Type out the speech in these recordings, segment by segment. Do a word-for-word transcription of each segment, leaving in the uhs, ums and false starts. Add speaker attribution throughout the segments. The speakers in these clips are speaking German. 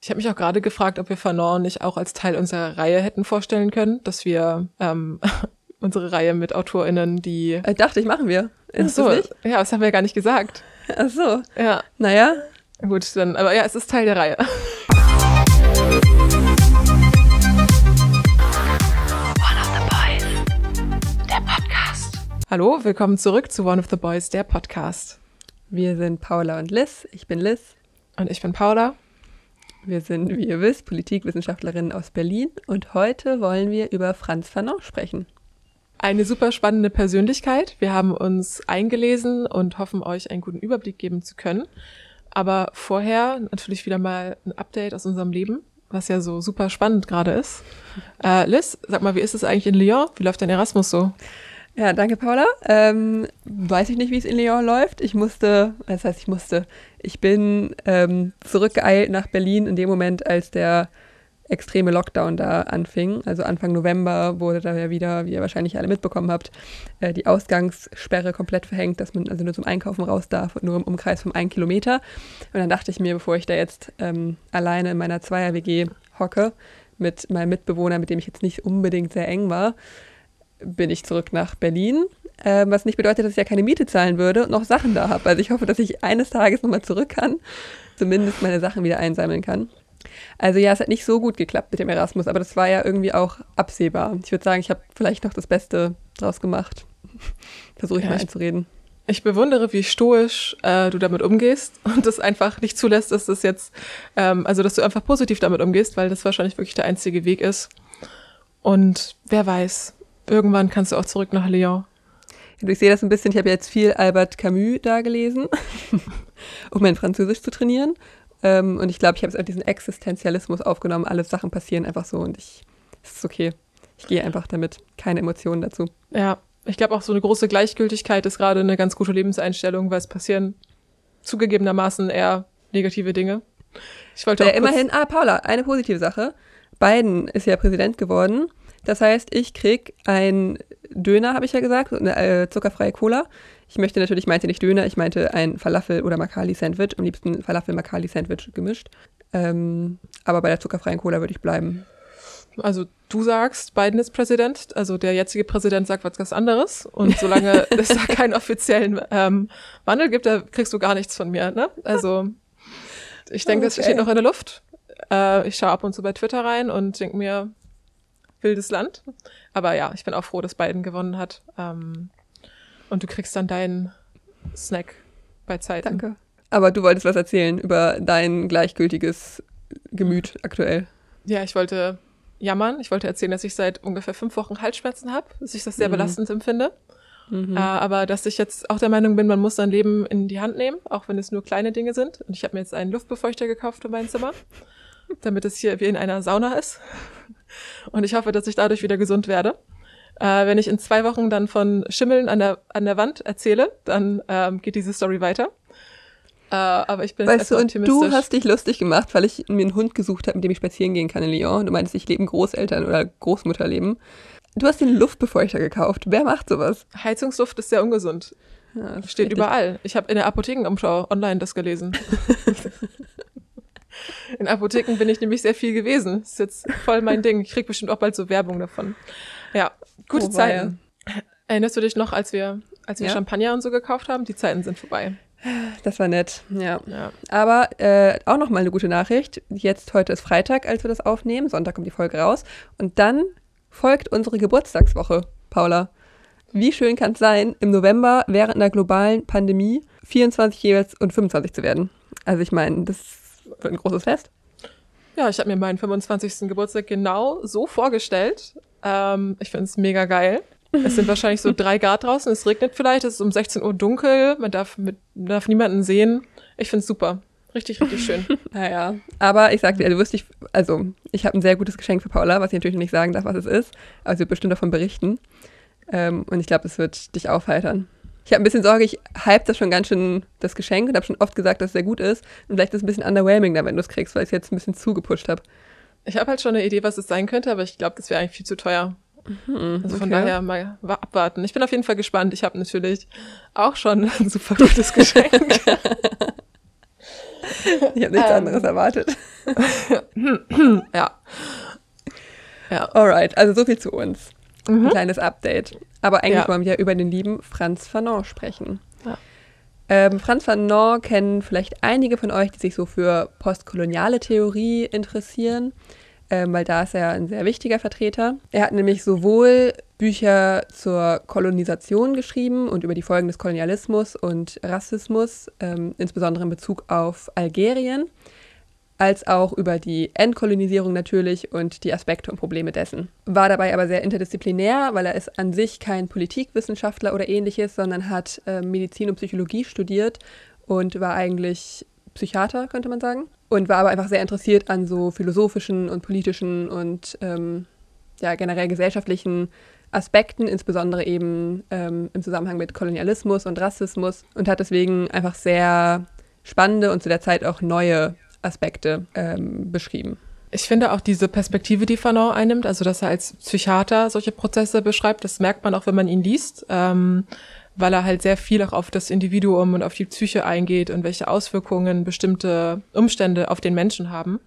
Speaker 1: Ich habe mich auch gerade gefragt, ob wir Fanon nicht auch als Teil unserer Reihe hätten vorstellen können, dass wir ähm, unsere Reihe mit AutorInnen, die...
Speaker 2: Ich dachte ich, machen wir. Ist
Speaker 1: Ach so,
Speaker 2: das nicht?
Speaker 1: ja, das haben wir ja gar nicht gesagt.
Speaker 2: Ach so.
Speaker 1: Ja.
Speaker 2: Naja.
Speaker 1: Gut, dann, aber ja, es ist Teil der Reihe.
Speaker 3: One of the Boys, der Podcast.
Speaker 1: Hallo, willkommen zurück zu One of the Boys, der Podcast.
Speaker 2: Wir sind Paula und Liz. Ich bin Liz.
Speaker 1: Und ich bin Paula.
Speaker 2: Wir sind, wie ihr wisst, Politikwissenschaftlerinnen aus Berlin. Und heute wollen wir über Frantz Fanon sprechen.
Speaker 1: Eine super spannende Persönlichkeit. Wir haben uns eingelesen und hoffen, euch einen guten Überblick geben zu können. Aber vorher natürlich wieder mal ein Update aus unserem Leben, was ja so super spannend gerade ist. Äh, Liz, sag mal, wie ist es eigentlich in Lyon? Wie läuft dein Erasmus so?
Speaker 2: Ja, danke, Paula. Ähm, weiß ich nicht, wie es in Lyon läuft. Ich musste, das heißt, ich musste, ich bin ähm, zurückgeeilt nach Berlin in dem Moment, als der extreme Lockdown da anfing. Also Anfang November wurde da ja wieder, wie ihr wahrscheinlich alle mitbekommen habt, äh, die Ausgangssperre komplett verhängt, dass man also nur zum Einkaufen raus darf und nur im Umkreis von einem Kilometer. Und dann dachte ich mir, bevor ich da jetzt ähm, alleine in meiner Zweier-W G hocke, mit meinem Mitbewohner, mit dem ich jetzt nicht unbedingt sehr eng war, bin ich zurück nach Berlin, äh, was nicht bedeutet, dass ich ja keine Miete zahlen würde und noch Sachen da habe. Also ich hoffe, dass ich eines Tages nochmal zurück kann, zumindest meine Sachen wieder einsammeln kann. Also ja, es hat nicht so gut geklappt mit dem Erasmus, aber das war ja irgendwie auch absehbar. Ich würde sagen, ich habe vielleicht noch das Beste draus gemacht. Versuche ich
Speaker 1: Ja,
Speaker 2: mal
Speaker 1: ich-
Speaker 2: einzureden.
Speaker 1: Ich bewundere, wie stoisch äh, du damit umgehst und das einfach nicht zulässt, dass das jetzt, ähm, also dass du einfach positiv damit umgehst, weil das wahrscheinlich wirklich der einzige Weg ist. Und wer weiß, irgendwann kannst du auch zurück nach Lyon.
Speaker 2: Ich sehe das ein bisschen, ich habe jetzt viel Albert Camus da gelesen, um mein Französisch zu trainieren. Ähm, und ich glaube, ich habe jetzt auch diesen Existenzialismus aufgenommen. Alle Sachen passieren einfach so und ich, es ist okay. Ich gehe einfach damit. Keine Emotionen dazu.
Speaker 1: Ja, ich glaube auch so eine große Gleichgültigkeit ist gerade eine ganz gute Lebenseinstellung, weil es passieren zugegebenermaßen eher negative Dinge. Ich wollte
Speaker 2: Ja,
Speaker 1: auch kurz-
Speaker 2: immerhin, ah, Paula, eine positive Sache. Biden ist ja Präsident geworden. Das heißt, ich krieg ein Döner, habe ich ja gesagt, eine äh, zuckerfreie Cola. Ich möchte natürlich, meinte nicht Döner, ich meinte ein Falafel- oder Makali-Sandwich. Am liebsten Falafel-Makali-Sandwich gemischt. Ähm, aber bei der zuckerfreien Cola würde ich bleiben.
Speaker 1: Also du sagst, Biden ist Präsident, also der jetzige Präsident sagt was ganz anderes und solange es da keinen offiziellen ähm, Wandel gibt, da kriegst du gar nichts von mir, ne? Also ich denke, das
Speaker 2: Okay.
Speaker 1: steht noch in der Luft. Äh, ich schaue ab und zu bei Twitter rein und denke mir, wildes Land. Aber ja, ich bin auch froh, dass Biden gewonnen hat. Ähm, und du kriegst dann deinen Snack bei Zeiten.
Speaker 2: Danke. Aber du wolltest was erzählen über dein gleichgültiges Gemüt aktuell.
Speaker 1: Ja, ich wollte jammern. Ich wollte erzählen, dass ich seit ungefähr fünf Wochen Halsschmerzen habe, dass ich das sehr
Speaker 2: Mhm.
Speaker 1: belastend empfinde.
Speaker 2: Mhm.
Speaker 1: Äh, aber dass ich jetzt auch der Meinung bin, man muss sein Leben in die Hand nehmen, auch wenn es nur kleine Dinge sind. Und ich habe mir jetzt einen Luftbefeuchter gekauft für mein Zimmer, damit es hier wie in einer Sauna ist. Und ich hoffe, dass ich dadurch wieder gesund werde. Äh, wenn ich in zwei Wochen dann von Schimmeln an der, an der Wand erzähle, dann ähm, geht diese Story weiter. Äh, aber ich bin jetzt
Speaker 2: Weißt du,
Speaker 1: etwas
Speaker 2: und
Speaker 1: optimistisch.
Speaker 2: du hast dich lustig gemacht, weil ich mir einen Hund gesucht habe, mit dem ich spazieren gehen kann in Lyon. Du meintest, ich lebe Großeltern- oder Großmutterleben. Du hast den Luftbefeuchter gekauft. Wer macht sowas?
Speaker 1: Heizungsluft ist sehr ungesund.
Speaker 2: Ja, das ist
Speaker 1: Steht
Speaker 2: richtig.
Speaker 1: überall. Ich habe in der Apothekenumschau online das gelesen. In Apotheken bin ich nämlich sehr viel gewesen. Das ist jetzt voll mein Ding. Ich krieg bestimmt auch bald so Werbung davon. Ja, gute
Speaker 2: Oh, weia.
Speaker 1: Zeiten. Erinnerst du dich noch, als wir, als wir
Speaker 2: Ja.
Speaker 1: Champagner und so gekauft haben? Die Zeiten sind vorbei.
Speaker 2: Das war nett, ja.
Speaker 1: Ja.
Speaker 2: Aber äh, auch nochmal eine gute Nachricht. Jetzt, heute ist Freitag, als wir das aufnehmen. Sonntag kommt die Folge raus. Und dann folgt unsere Geburtstagswoche, Paula. Wie schön kann es sein, im November während einer globalen Pandemie vierundzwanzig jeweils und fünfundzwanzig zu werden. Also ich meine, das wird ein großes Fest.
Speaker 1: Ja, ich habe mir meinen fünfundzwanzigsten Geburtstag genau so vorgestellt. Ähm, ich finde es mega geil. Es sind wahrscheinlich so drei Grad draußen, es regnet vielleicht, es ist um sechzehn Uhr dunkel, man darf, mit, man darf niemanden sehen. Ich finde es super. Richtig, richtig schön.
Speaker 2: Naja, aber ich sag dir, du wirst dich, also ich habe ein sehr gutes Geschenk für Paula, was ich natürlich noch nicht sagen darf, was es ist, aber sie wird bestimmt davon berichten. Ähm, und ich glaube, es wird dich aufheitern. Ich habe ein bisschen Sorge, ich hype das schon ganz schön, das Geschenk, und habe schon oft gesagt, dass es sehr gut ist. Und vielleicht ist es ein bisschen underwhelming da, wenn du es kriegst, weil ich es jetzt ein bisschen zugepusht habe.
Speaker 1: Ich habe halt schon eine Idee, was es sein könnte, aber ich glaube, das wäre eigentlich viel zu teuer.
Speaker 2: Mhm,
Speaker 1: Also von
Speaker 2: okay.
Speaker 1: daher mal wa- abwarten. Ich bin auf jeden Fall gespannt. Ich habe natürlich auch schon ein super gutes Geschenk.
Speaker 2: Ich habe nichts ähm. anderes erwartet.
Speaker 1: Ja. Ja.
Speaker 2: Alright, also so viel zu uns.
Speaker 1: Mhm.
Speaker 2: Ein kleines Update. Aber eigentlich
Speaker 1: Ja.
Speaker 2: wollen wir ja über den lieben Frantz Fanon sprechen.
Speaker 1: Ja.
Speaker 2: Ähm, Frantz Fanon kennen vielleicht einige von euch, die sich so für postkoloniale Theorie interessieren, ähm, weil da ist er ein sehr wichtiger Vertreter. Er hat nämlich sowohl Bücher zur Kolonisation geschrieben und über die Folgen des Kolonialismus und Rassismus, ähm, insbesondere in Bezug auf Algerien, als auch über die Entkolonisierung natürlich und die Aspekte und Probleme dessen. War dabei aber sehr interdisziplinär, weil er ist an sich kein Politikwissenschaftler oder ähnliches, sondern hat äh, Medizin und Psychologie studiert und war eigentlich Psychiater, könnte man sagen. Und war aber einfach sehr interessiert an so philosophischen und politischen und ähm, ja, generell gesellschaftlichen Aspekten, insbesondere eben ähm, im Zusammenhang mit Kolonialismus und Rassismus und hat deswegen einfach sehr spannende und zu der Zeit auch neue Aspekte ähm, beschrieben.
Speaker 1: Ich finde auch diese Perspektive, die Fanon einnimmt, also dass er als Psychiater solche Prozesse beschreibt, das merkt man auch, wenn man ihn liest, ähm, weil er halt sehr viel auch auf das Individuum und auf die Psyche eingeht und welche Auswirkungen bestimmte Umstände auf den Menschen haben.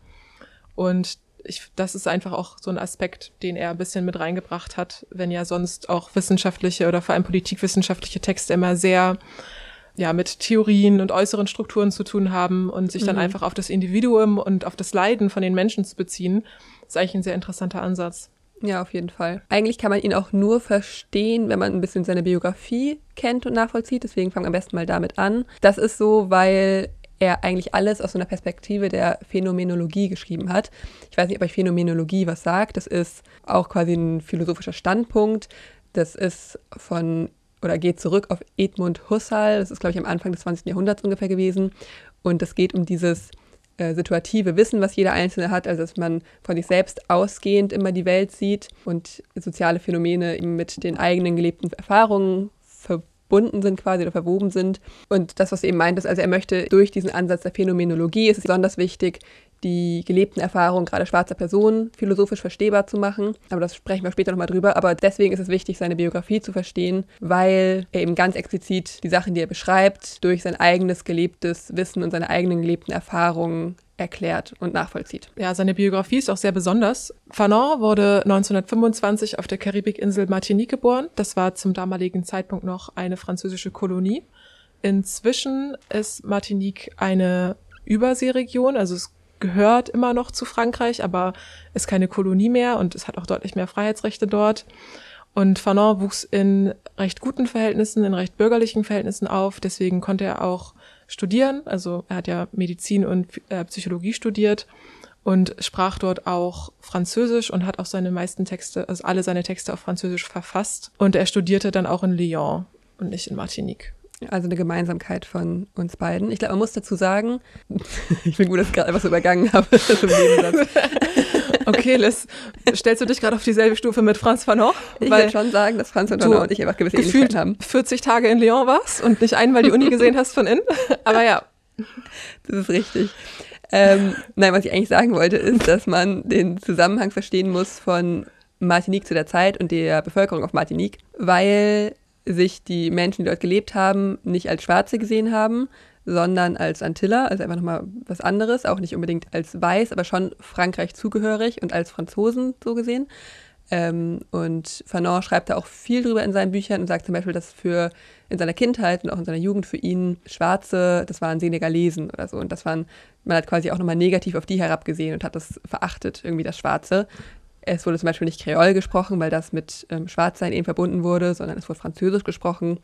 Speaker 1: Und ich, das ist einfach auch so ein Aspekt, den er ein bisschen mit reingebracht hat, wenn ja sonst auch wissenschaftliche oder vor allem politikwissenschaftliche Texte immer sehr ja, mit Theorien und äußeren Strukturen zu tun haben und sich dann
Speaker 2: Mhm.
Speaker 1: einfach auf das Individuum und auf das Leiden von den Menschen zu beziehen, ist eigentlich ein sehr interessanter Ansatz.
Speaker 2: Ja, auf jeden Fall. Eigentlich kann man ihn auch nur verstehen, wenn man ein bisschen seine Biografie kennt und nachvollzieht. Deswegen fangen wir am besten mal damit an. Das ist so, weil er eigentlich alles aus so einer Perspektive der Phänomenologie geschrieben hat. Ich weiß nicht, ob euch Phänomenologie was sagt. Das ist auch quasi ein philosophischer Standpunkt. Das ist von oder geht zurück auf Edmund Husserl. Das ist, glaube ich, am Anfang des zwanzigsten Jahrhunderts ungefähr gewesen. Und das geht um dieses äh, situative Wissen, was jeder Einzelne hat, also dass man von sich selbst ausgehend immer die Welt sieht und soziale Phänomene eben mit den eigenen gelebten Erfahrungen verbunden sind quasi oder verwoben sind. Und das, was er eben meint, ist, also er möchte durch diesen Ansatz der Phänomenologie, ist es besonders wichtig, die gelebten Erfahrungen gerade schwarzer Personen philosophisch verstehbar zu machen. Aber das sprechen wir später nochmal drüber. Aber deswegen ist es wichtig, seine Biografie zu verstehen, weil er eben ganz explizit die Sachen, die er beschreibt, durch sein eigenes gelebtes Wissen und seine eigenen gelebten Erfahrungen erklärt und nachvollzieht.
Speaker 1: Ja, seine Biografie ist auch sehr besonders. Fanon wurde neunzehnhundertfünfundzwanzig auf der Karibikinsel Martinique geboren. Das war zum damaligen Zeitpunkt noch eine französische Kolonie. Inzwischen ist Martinique eine Überseeregion, also es gehört immer noch zu Frankreich, aber ist keine Kolonie mehr und es hat auch deutlich mehr Freiheitsrechte dort. Und Fanon wuchs in recht guten Verhältnissen, in recht bürgerlichen Verhältnissen auf, deswegen konnte er auch studieren. Also er hat ja Medizin und äh, Psychologie studiert und sprach dort auch Französisch und hat auch seine meisten Texte, also alle seine Texte auf Französisch verfasst. Und er studierte dann auch in Lyon und nicht in Martinique.
Speaker 2: Also eine Gemeinsamkeit von uns beiden. Ich glaube, man muss dazu sagen, ich bin gut, dass ich gerade einfach so übergangen habe. Im Nebensatz.
Speaker 1: Okay, Liz, stellst du dich gerade auf dieselbe Stufe mit Franz Fanon?
Speaker 2: Ich würde schon sagen, dass Franz Fanon und ich einfach gewisse Ähnlichkeiten haben.
Speaker 1: vierzig Tage in Lyon warst und nicht einmal die Uni gesehen hast von innen. Aber ja.
Speaker 2: Das ist richtig. Ähm, nein, was ich eigentlich sagen wollte, ist, dass man den Zusammenhang verstehen muss von Martinique zu der Zeit und der Bevölkerung auf Martinique, weil sich die Menschen, die dort gelebt haben, nicht als Schwarze gesehen haben, sondern als Antiller, also einfach nochmal was anderes, auch nicht unbedingt als weiß, aber schon Frankreich zugehörig und als Franzosen so gesehen. Ähm, und Fanon schreibt da auch viel drüber in seinen Büchern und sagt zum Beispiel, dass für in seiner Kindheit und auch in seiner Jugend für ihn Schwarze, das waren Senegalesen oder so. Und das waren, man hat quasi auch nochmal negativ auf die herabgesehen und hat das verachtet, irgendwie das Schwarze. Es wurde zum Beispiel nicht Kreol gesprochen, weil das mit ähm, Schwarzsein eben verbunden wurde, sondern es wurde Französisch gesprochen.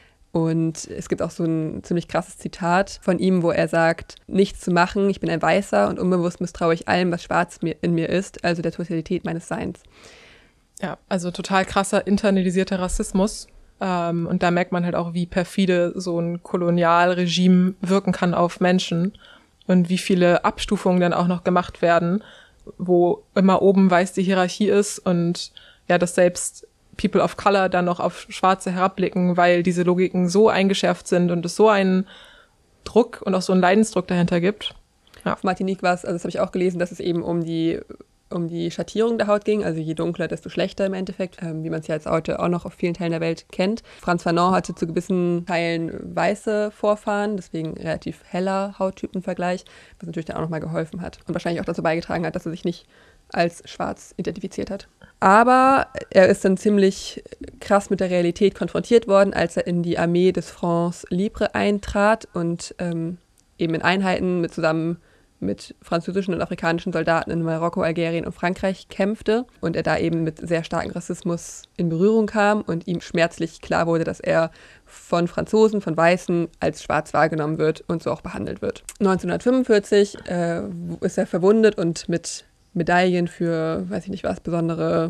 Speaker 2: Und es gibt auch so ein ziemlich krasses Zitat von ihm, wo er sagt, nichts zu machen, ich bin ein Weißer und unbewusst misstraue ich allem, was schwarz in mir ist, also der Totalität meines Seins.
Speaker 1: Ja, also total krasser internalisierter Rassismus. Ähm, und da merkt man halt auch, wie perfide so ein Kolonialregime wirken kann auf Menschen und wie viele Abstufungen dann auch noch gemacht werden, wo immer oben weiß die Hierarchie ist und ja, dass selbst People of Color dann noch auf Schwarze herabblicken, weil diese Logiken so eingeschärft sind und es so einen Druck und auch so einen Leidensdruck dahinter gibt. Ja.
Speaker 2: Auf Martinique war es, also das habe ich auch gelesen, dass es eben um die um die Schattierung der Haut ging, also je dunkler, desto schlechter im Endeffekt, ähm, wie man es ja jetzt heute auch noch auf vielen Teilen der Welt kennt. Frantz Fanon hatte zu gewissen Teilen weiße Vorfahren, deswegen relativ heller Hauttypenvergleich, was natürlich dann auch nochmal geholfen hat und wahrscheinlich auch dazu beigetragen hat, dass er sich nicht als schwarz identifiziert hat. Aber er ist dann ziemlich krass mit der Realität konfrontiert worden, als er in die Armee des Front Libre eintrat und ähm, eben in Einheiten mit, zusammen mit französischen und afrikanischen Soldaten in Marokko, Algerien und Frankreich kämpfte und er da eben mit sehr starkem Rassismus in Berührung kam und ihm schmerzlich klar wurde, dass er von Franzosen, von Weißen als schwarz wahrgenommen wird und so auch behandelt wird. neunzehnhundertfünfundvierzig äh, ist er verwundet und mit Medaillen für, weiß ich nicht was, besondere,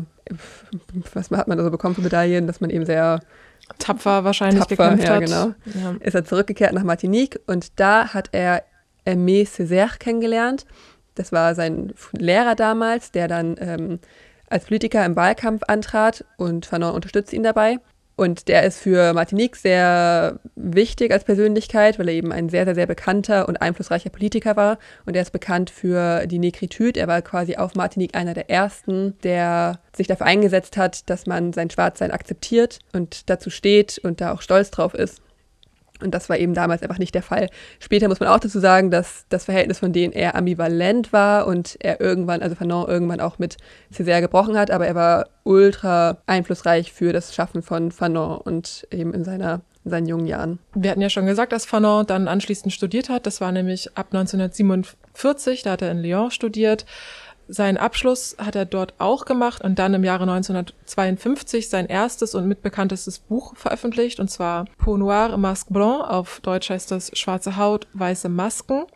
Speaker 2: was hat man da so bekommen für Medaillen, dass man eben sehr
Speaker 1: tapfer wahrscheinlich
Speaker 2: tapfer,
Speaker 1: gekämpft
Speaker 2: ja,
Speaker 1: hat.
Speaker 2: Genau.
Speaker 1: Ja.
Speaker 2: Ist er zurückgekehrt nach Martinique und da hat er Aimé Césaire kennengelernt. Das war sein Lehrer damals, der dann ähm, als Politiker im Wahlkampf antrat und Fanon unterstützt ihn dabei. Und der ist für Martinique sehr wichtig als Persönlichkeit, weil er eben ein sehr, sehr, sehr bekannter und einflussreicher Politiker war. Und er ist bekannt für die Negritude. Er war quasi auf Martinique einer der Ersten, der sich dafür eingesetzt hat, dass man sein Schwarzsein akzeptiert und dazu steht und da auch stolz drauf ist. Und das war eben damals einfach nicht der Fall. Später muss man auch dazu sagen, dass das Verhältnis von denen eher ambivalent war und er irgendwann, also Fanon irgendwann auch mit Césaire gebrochen hat, aber er war ultra einflussreich für das Schaffen von Fanon und eben in seiner in seinen jungen Jahren.
Speaker 1: Wir hatten ja schon gesagt, dass Fanon dann anschließend studiert hat. Das war nämlich ab neunzehnhundertsiebenundvierzig, da hat er in Lyon studiert. Seinen Abschluss hat er dort auch gemacht und dann im Jahre neunzehnhundertzweiundfünfzig sein erstes und mitbekanntestes Buch veröffentlicht, und zwar Peau Noire, Masque Blanc, auf Deutsch heißt das Schwarze Haut, weiße Masken,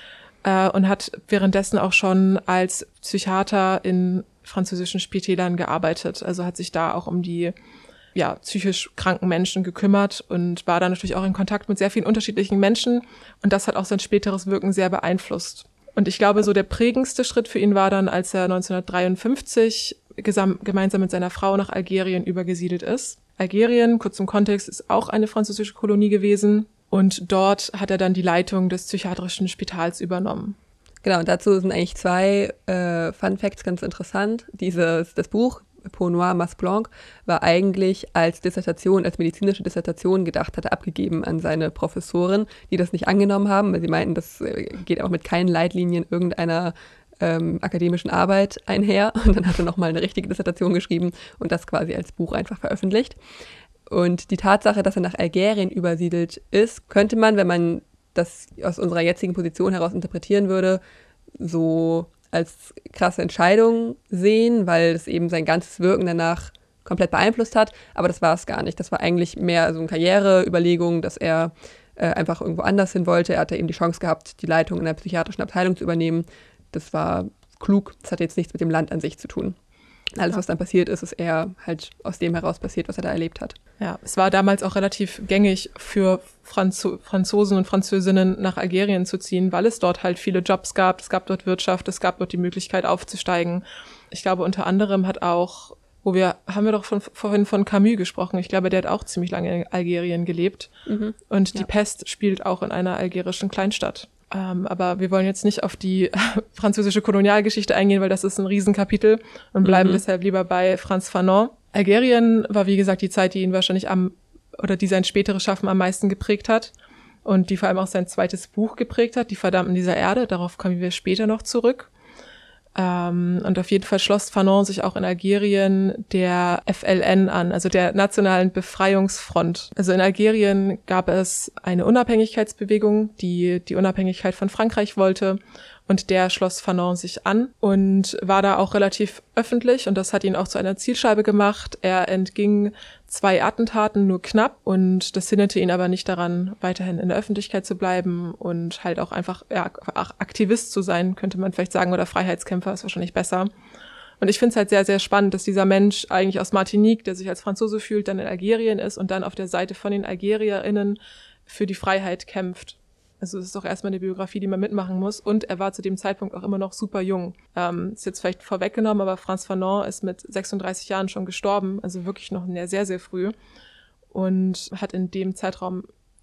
Speaker 1: äh, und hat währenddessen auch schon als Psychiater in französischen Spitälern gearbeitet. Also hat sich da auch um die ja, psychisch kranken Menschen gekümmert und war da natürlich auch in Kontakt mit sehr vielen unterschiedlichen Menschen, und das hat auch sein späteres Wirken sehr beeinflusst. Und ich glaube, so der prägendste Schritt für ihn war dann, als er neunzehnhundertdreiundfünfzig gesam- gemeinsam mit seiner Frau nach Algerien übergesiedelt ist. Algerien, kurz zum Kontext, ist auch eine französische Kolonie gewesen. Und dort hat er dann die Leitung des psychiatrischen Spitals übernommen.
Speaker 2: Genau, und dazu sind eigentlich zwei äh, Fun Facts ganz interessant. Dieses, das Buch Peau Noire, Masque Blanc war eigentlich als Dissertation, als medizinische Dissertation gedacht, hat er abgegeben an seine Professoren, die das nicht angenommen haben, weil sie meinten, das geht auch mit keinen Leitlinien irgendeiner ähm, akademischen Arbeit einher. Und dann hat er nochmal eine richtige Dissertation geschrieben und das quasi als Buch einfach veröffentlicht. Und die Tatsache, dass er nach Algerien übersiedelt ist, könnte man, wenn man das aus unserer jetzigen Position heraus interpretieren würde, so als krasse Entscheidung sehen, weil es eben sein ganzes Wirken danach komplett beeinflusst hat. Aber das war es gar nicht. Das war eigentlich mehr so eine Karriereüberlegung, dass er äh, einfach irgendwo anders hin wollte. Er hatte eben die Chance gehabt, die Leitung in einer psychiatrischen Abteilung zu übernehmen. Das war klug. Das hatte jetzt nichts mit dem Land an sich zu tun. Alles, was dann passiert ist, ist eher halt aus dem heraus passiert, was er da erlebt hat.
Speaker 1: Ja, es war damals auch relativ gängig für Franzo- Franzosen und Französinnen nach Algerien zu ziehen, weil es dort halt viele Jobs gab. Es gab dort Wirtschaft, es gab dort die Möglichkeit aufzusteigen. Ich glaube, unter anderem hat auch, wo wir, haben wir doch von, vorhin von Camus gesprochen. Ich glaube, der hat auch ziemlich lange in Algerien gelebt. Mhm. Und die ja. Pest spielt auch in einer algerischen Kleinstadt. Ähm, aber wir wollen jetzt nicht auf die französische Kolonialgeschichte eingehen, weil das ist ein Riesenkapitel, und bleiben mhm. deshalb lieber bei Frantz Fanon. Algerien war, wie gesagt, die Zeit, die ihn wahrscheinlich am, oder die sein späteres Schaffen am meisten geprägt hat und die vor allem auch sein zweites Buch geprägt hat, Die Verdammten dieser Erde. Darauf kommen wir später noch zurück. Ähm, und auf jeden Fall schloss Fanon sich auch in Algerien der F L N an, also der Nationalen Befreiungsfront. Also in Algerien gab es eine Unabhängigkeitsbewegung, die die Unabhängigkeit von Frankreich wollte, und der schloss Fanon sich an und war da auch relativ öffentlich, und das hat ihn auch zu einer Zielscheibe gemacht. Er entging zwei Attentaten nur knapp, und das hinderte ihn aber nicht daran, weiterhin in der Öffentlichkeit zu bleiben und halt auch einfach ja, Aktivist zu sein, könnte man vielleicht sagen, oder Freiheitskämpfer ist wahrscheinlich besser. Und ich finde es halt sehr, sehr spannend, dass dieser Mensch eigentlich aus Martinique, der sich als Franzose fühlt, dann in Algerien ist und dann auf der Seite von den AlgerierInnen für die Freiheit kämpft. Also es ist doch erstmal eine Biografie, die man mitmachen muss. Und er war zu dem Zeitpunkt auch immer noch super jung. Ähm, ist jetzt vielleicht vorweggenommen, aber Frantz Fanon ist mit sechsunddreißig Jahren schon gestorben. Also wirklich noch sehr, sehr früh. Und hat in dem Zeitraum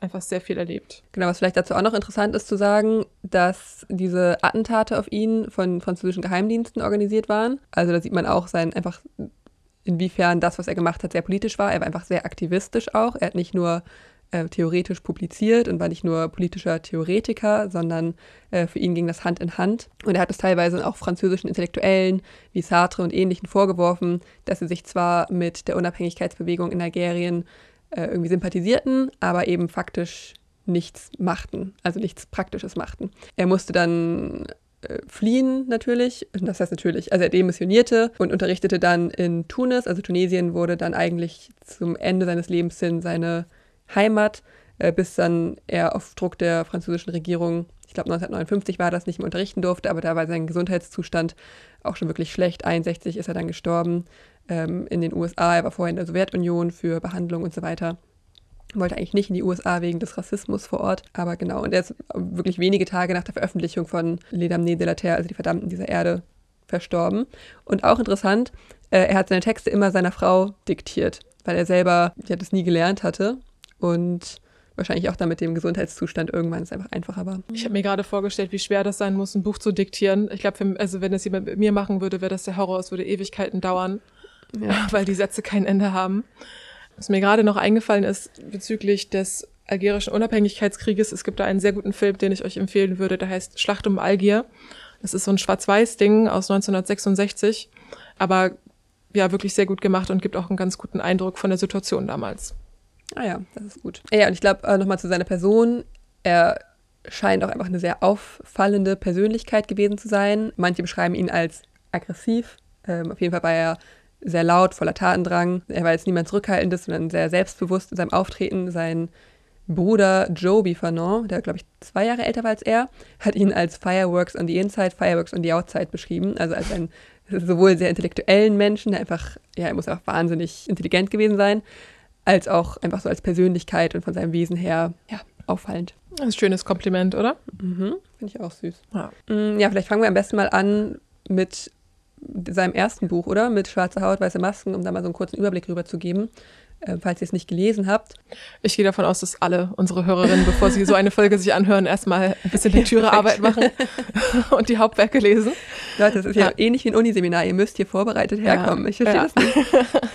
Speaker 1: einfach sehr viel erlebt.
Speaker 2: Genau, was vielleicht dazu auch noch interessant ist zu sagen, dass diese Attentate auf ihn von französischen Geheimdiensten organisiert waren. Also da sieht man auch sein einfach, inwiefern das, was er gemacht hat, sehr politisch war. Er war einfach sehr aktivistisch auch. Er hat nicht nur äh, theoretisch publiziert und war nicht nur politischer Theoretiker, sondern äh, für ihn ging das Hand in Hand. Und er hat es teilweise auch französischen Intellektuellen wie Sartre und Ähnlichen vorgeworfen, dass sie sich zwar mit der Unabhängigkeitsbewegung in Algerien irgendwie sympathisierten, aber eben faktisch nichts machten, also nichts Praktisches machten. Er musste dann äh, fliehen natürlich, das heißt natürlich, also er demissionierte und unterrichtete dann in Tunis, also Tunesien wurde dann eigentlich zum Ende seines Lebens hin seine Heimat, äh, bis dann er auf Druck der französischen Regierung, ich glaube neunzehnhundertneunundfünfzig war das, nicht mehr unterrichten durfte, aber da war sein Gesundheitszustand auch schon wirklich schlecht. einundsechzig ist er dann gestorben. In den U S A, er war vorher in der Sowjetunion für Behandlung und so weiter. Wollte eigentlich nicht in die U S A wegen des Rassismus vor Ort, aber genau. Und er ist wirklich wenige Tage nach der Veröffentlichung von Les Damnés de la Terre, also die Verdammten dieser Erde, verstorben. Und auch interessant, er hat seine Texte immer seiner Frau diktiert, weil er selber ja, das nie gelernt hatte und wahrscheinlich auch dann mit dem Gesundheitszustand irgendwann es einfach einfacher war.
Speaker 1: Ich habe mir gerade vorgestellt, wie schwer das sein muss, ein Buch zu diktieren. Ich glaube, also wenn das jemand mit mir machen würde, wäre das der Horror. Es würde Ewigkeiten dauern. Ja. Weil die Sätze kein Ende haben. Was mir gerade noch eingefallen ist bezüglich des algerischen Unabhängigkeitskrieges, es gibt da einen sehr guten Film, den ich euch empfehlen würde, der heißt Schlacht um Algier. Das ist so ein Schwarz-Weiß-Ding aus neunzehnhundertsechsundsechzig, aber ja, wirklich sehr gut gemacht und gibt auch einen ganz guten Eindruck von der Situation damals.
Speaker 2: Ah ja, das ist gut. Ja, und ich glaube, äh, nochmal zu seiner Person, er scheint auch einfach eine sehr auffallende Persönlichkeit gewesen zu sein. Manche beschreiben ihn als aggressiv, ähm, auf jeden Fall war er sehr laut, voller Tatendrang. Er war jetzt niemand Zurückhaltendes, sondern sehr selbstbewusst in seinem Auftreten. Sein Bruder Joe Bifanon, der, glaube ich, zwei Jahre älter war als er, hat ihn als Fireworks on the Inside, Fireworks on the Outside beschrieben. Also als einen sowohl sehr intellektuellen Menschen, der einfach, ja, er muss einfach wahnsinnig intelligent gewesen sein, als auch einfach so als Persönlichkeit und von seinem Wesen her, ja, auffallend.
Speaker 1: Das ist ein schönes Kompliment, oder?
Speaker 2: Mhm, finde ich auch süß.
Speaker 1: Ja.
Speaker 2: Ja, vielleicht fangen wir am besten mal an mit seinem ersten Buch, oder? Mit Schwarze Haut, weiße Masken, um da mal so einen kurzen Überblick rüber zu geben, äh, falls ihr es nicht gelesen habt.
Speaker 1: Ich gehe davon aus, dass alle unsere Hörerinnen, bevor sie so eine Folge sich anhören, erstmal ein bisschen Lektürearbeit machen und die Hauptwerke lesen.
Speaker 2: Leute, das ist ja, ja ähnlich wie ein Uniseminar. Ihr müsst hier vorbereitet herkommen. Ja, ich verstehe ja. das nicht.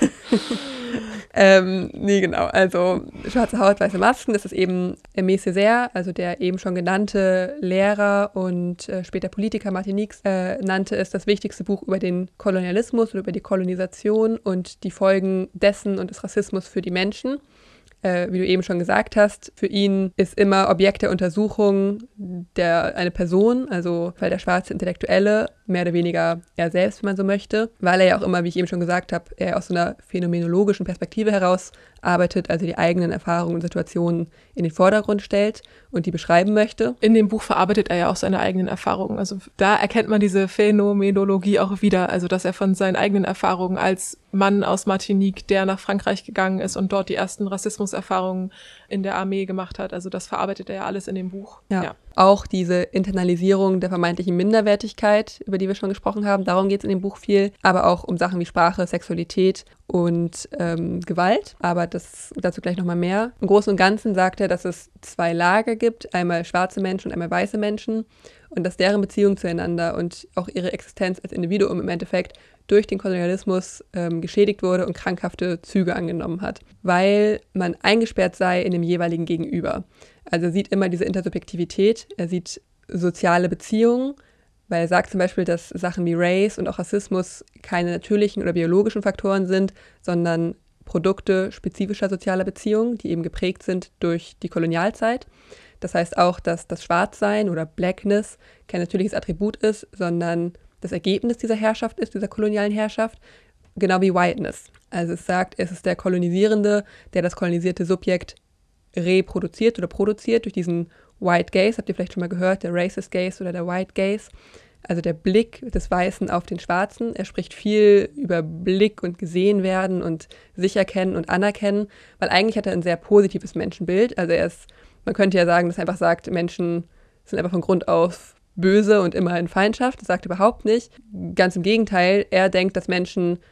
Speaker 2: ähm, nee, genau. Also Schwarze Haut, weiße Masken, das ist eben Aimé Césaire, also der eben schon genannte Lehrer und äh, später Politiker Martin Niecks, äh, nannte es das wichtigste Buch über den Kolonialismus oder über die Kolonisation und die Folgen dessen und des Rassismus für die Menschen. Äh, wie du eben schon gesagt hast, für ihn ist immer Objekt der Untersuchung der, eine Person, also weil der schwarze Intellektuelle, mehr oder weniger er selbst, wenn man so möchte, weil er ja auch immer, wie ich eben schon gesagt habe, er aus so einer phänomenologischen Perspektive heraus arbeitet, also die eigenen Erfahrungen und Situationen in den Vordergrund stellt und die beschreiben möchte.
Speaker 1: In dem Buch verarbeitet er ja auch seine eigenen Erfahrungen. Also da erkennt man diese Phänomenologie auch wieder, also dass er von seinen eigenen Erfahrungen als Mann aus Martinique, der nach Frankreich gegangen ist und dort die ersten Rassismuserfahrungen in der Armee gemacht hat. Also das verarbeitet er ja alles in dem Buch.
Speaker 2: Ja. ja. Auch diese Internalisierung der vermeintlichen Minderwertigkeit, über die wir schon gesprochen haben, darum geht es in dem Buch viel, aber auch um Sachen wie Sprache, Sexualität und ähm, Gewalt, aber das, dazu gleich nochmal mehr. Im Großen und Ganzen sagt er, dass es zwei Lager gibt, einmal schwarze Menschen und einmal weiße Menschen und dass deren Beziehung zueinander und auch ihre Existenz als Individuum im Endeffekt durch den Kolonialismus ähm, geschädigt wurde und krankhafte Züge angenommen hat, weil man eingesperrt sei in dem jeweiligen Gegenüber. Also er sieht immer diese Intersubjektivität, er sieht soziale Beziehungen, weil er sagt zum Beispiel, dass Sachen wie Race und auch Rassismus keine natürlichen oder biologischen Faktoren sind, sondern Produkte spezifischer sozialer Beziehungen, die eben geprägt sind durch die Kolonialzeit. Das heißt auch, dass das Schwarzsein oder Blackness kein natürliches Attribut ist, sondern das Ergebnis dieser Herrschaft ist, dieser kolonialen Herrschaft, genau wie Whiteness. Also es sagt, es ist der Kolonisierende, der das kolonisierte Subjekt reproduziert oder produziert durch diesen White Gaze, habt ihr vielleicht schon mal gehört, der Racist Gaze oder der White Gaze, also der Blick des Weißen auf den Schwarzen. Er spricht viel über Blick und gesehen werden und sich erkennen und anerkennen, weil eigentlich hat er ein sehr positives Menschenbild. Also er ist, man könnte ja sagen, dass er einfach sagt, Menschen sind einfach von Grund auf böse und immer in Feindschaft. Das sagt er überhaupt nicht. Ganz im Gegenteil, er denkt, dass Menschen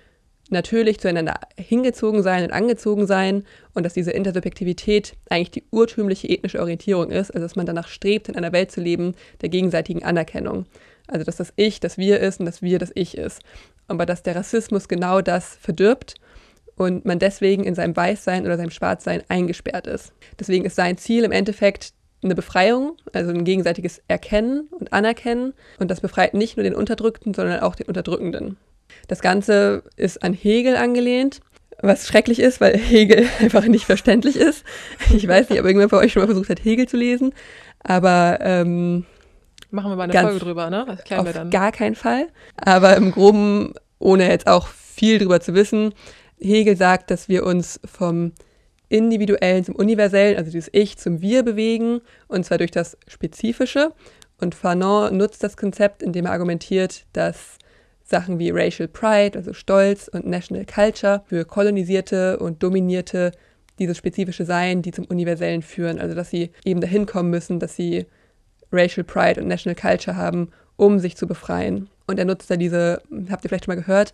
Speaker 2: natürlich zueinander hingezogen sein und angezogen sein und dass diese Intersubjektivität eigentlich die urtümliche ethnische Orientierung ist, also dass man danach strebt, in einer Welt zu leben der gegenseitigen Anerkennung. Also dass das Ich das Wir ist und das Wir das Ich ist. Aber dass der Rassismus genau das verdirbt und man deswegen in seinem Weißsein oder seinem Schwarzsein eingesperrt ist. Deswegen ist sein Ziel im Endeffekt eine Befreiung, also ein gegenseitiges Erkennen und Anerkennen. Und das befreit nicht nur den Unterdrückten, sondern auch den Unterdrückenden. Das Ganze ist an Hegel angelehnt, was schrecklich ist, weil Hegel einfach nicht verständlich ist. Ich weiß nicht, ob irgendjemand von euch schon mal versucht hat, Hegel zu lesen, aber ähm,
Speaker 1: machen wir mal eine
Speaker 2: ganz
Speaker 1: Folge drüber, ne? Das klären
Speaker 2: auf
Speaker 1: wir dann.
Speaker 2: Gar keinen Fall. Aber im Groben, ohne jetzt auch viel drüber zu wissen, Hegel sagt, dass wir uns vom Individuellen zum Universellen, also dieses Ich zum Wir bewegen, und zwar durch das Spezifische. Und Fanon nutzt das Konzept, indem er argumentiert, dass Sachen wie Racial Pride, also Stolz, und National Culture für kolonisierte und dominierte dieses spezifische Sein, die zum Universellen führen. Also dass sie eben dahin kommen müssen, dass sie Racial Pride und National Culture haben, um sich zu befreien. Und er nutzt da diese, habt ihr vielleicht schon mal gehört,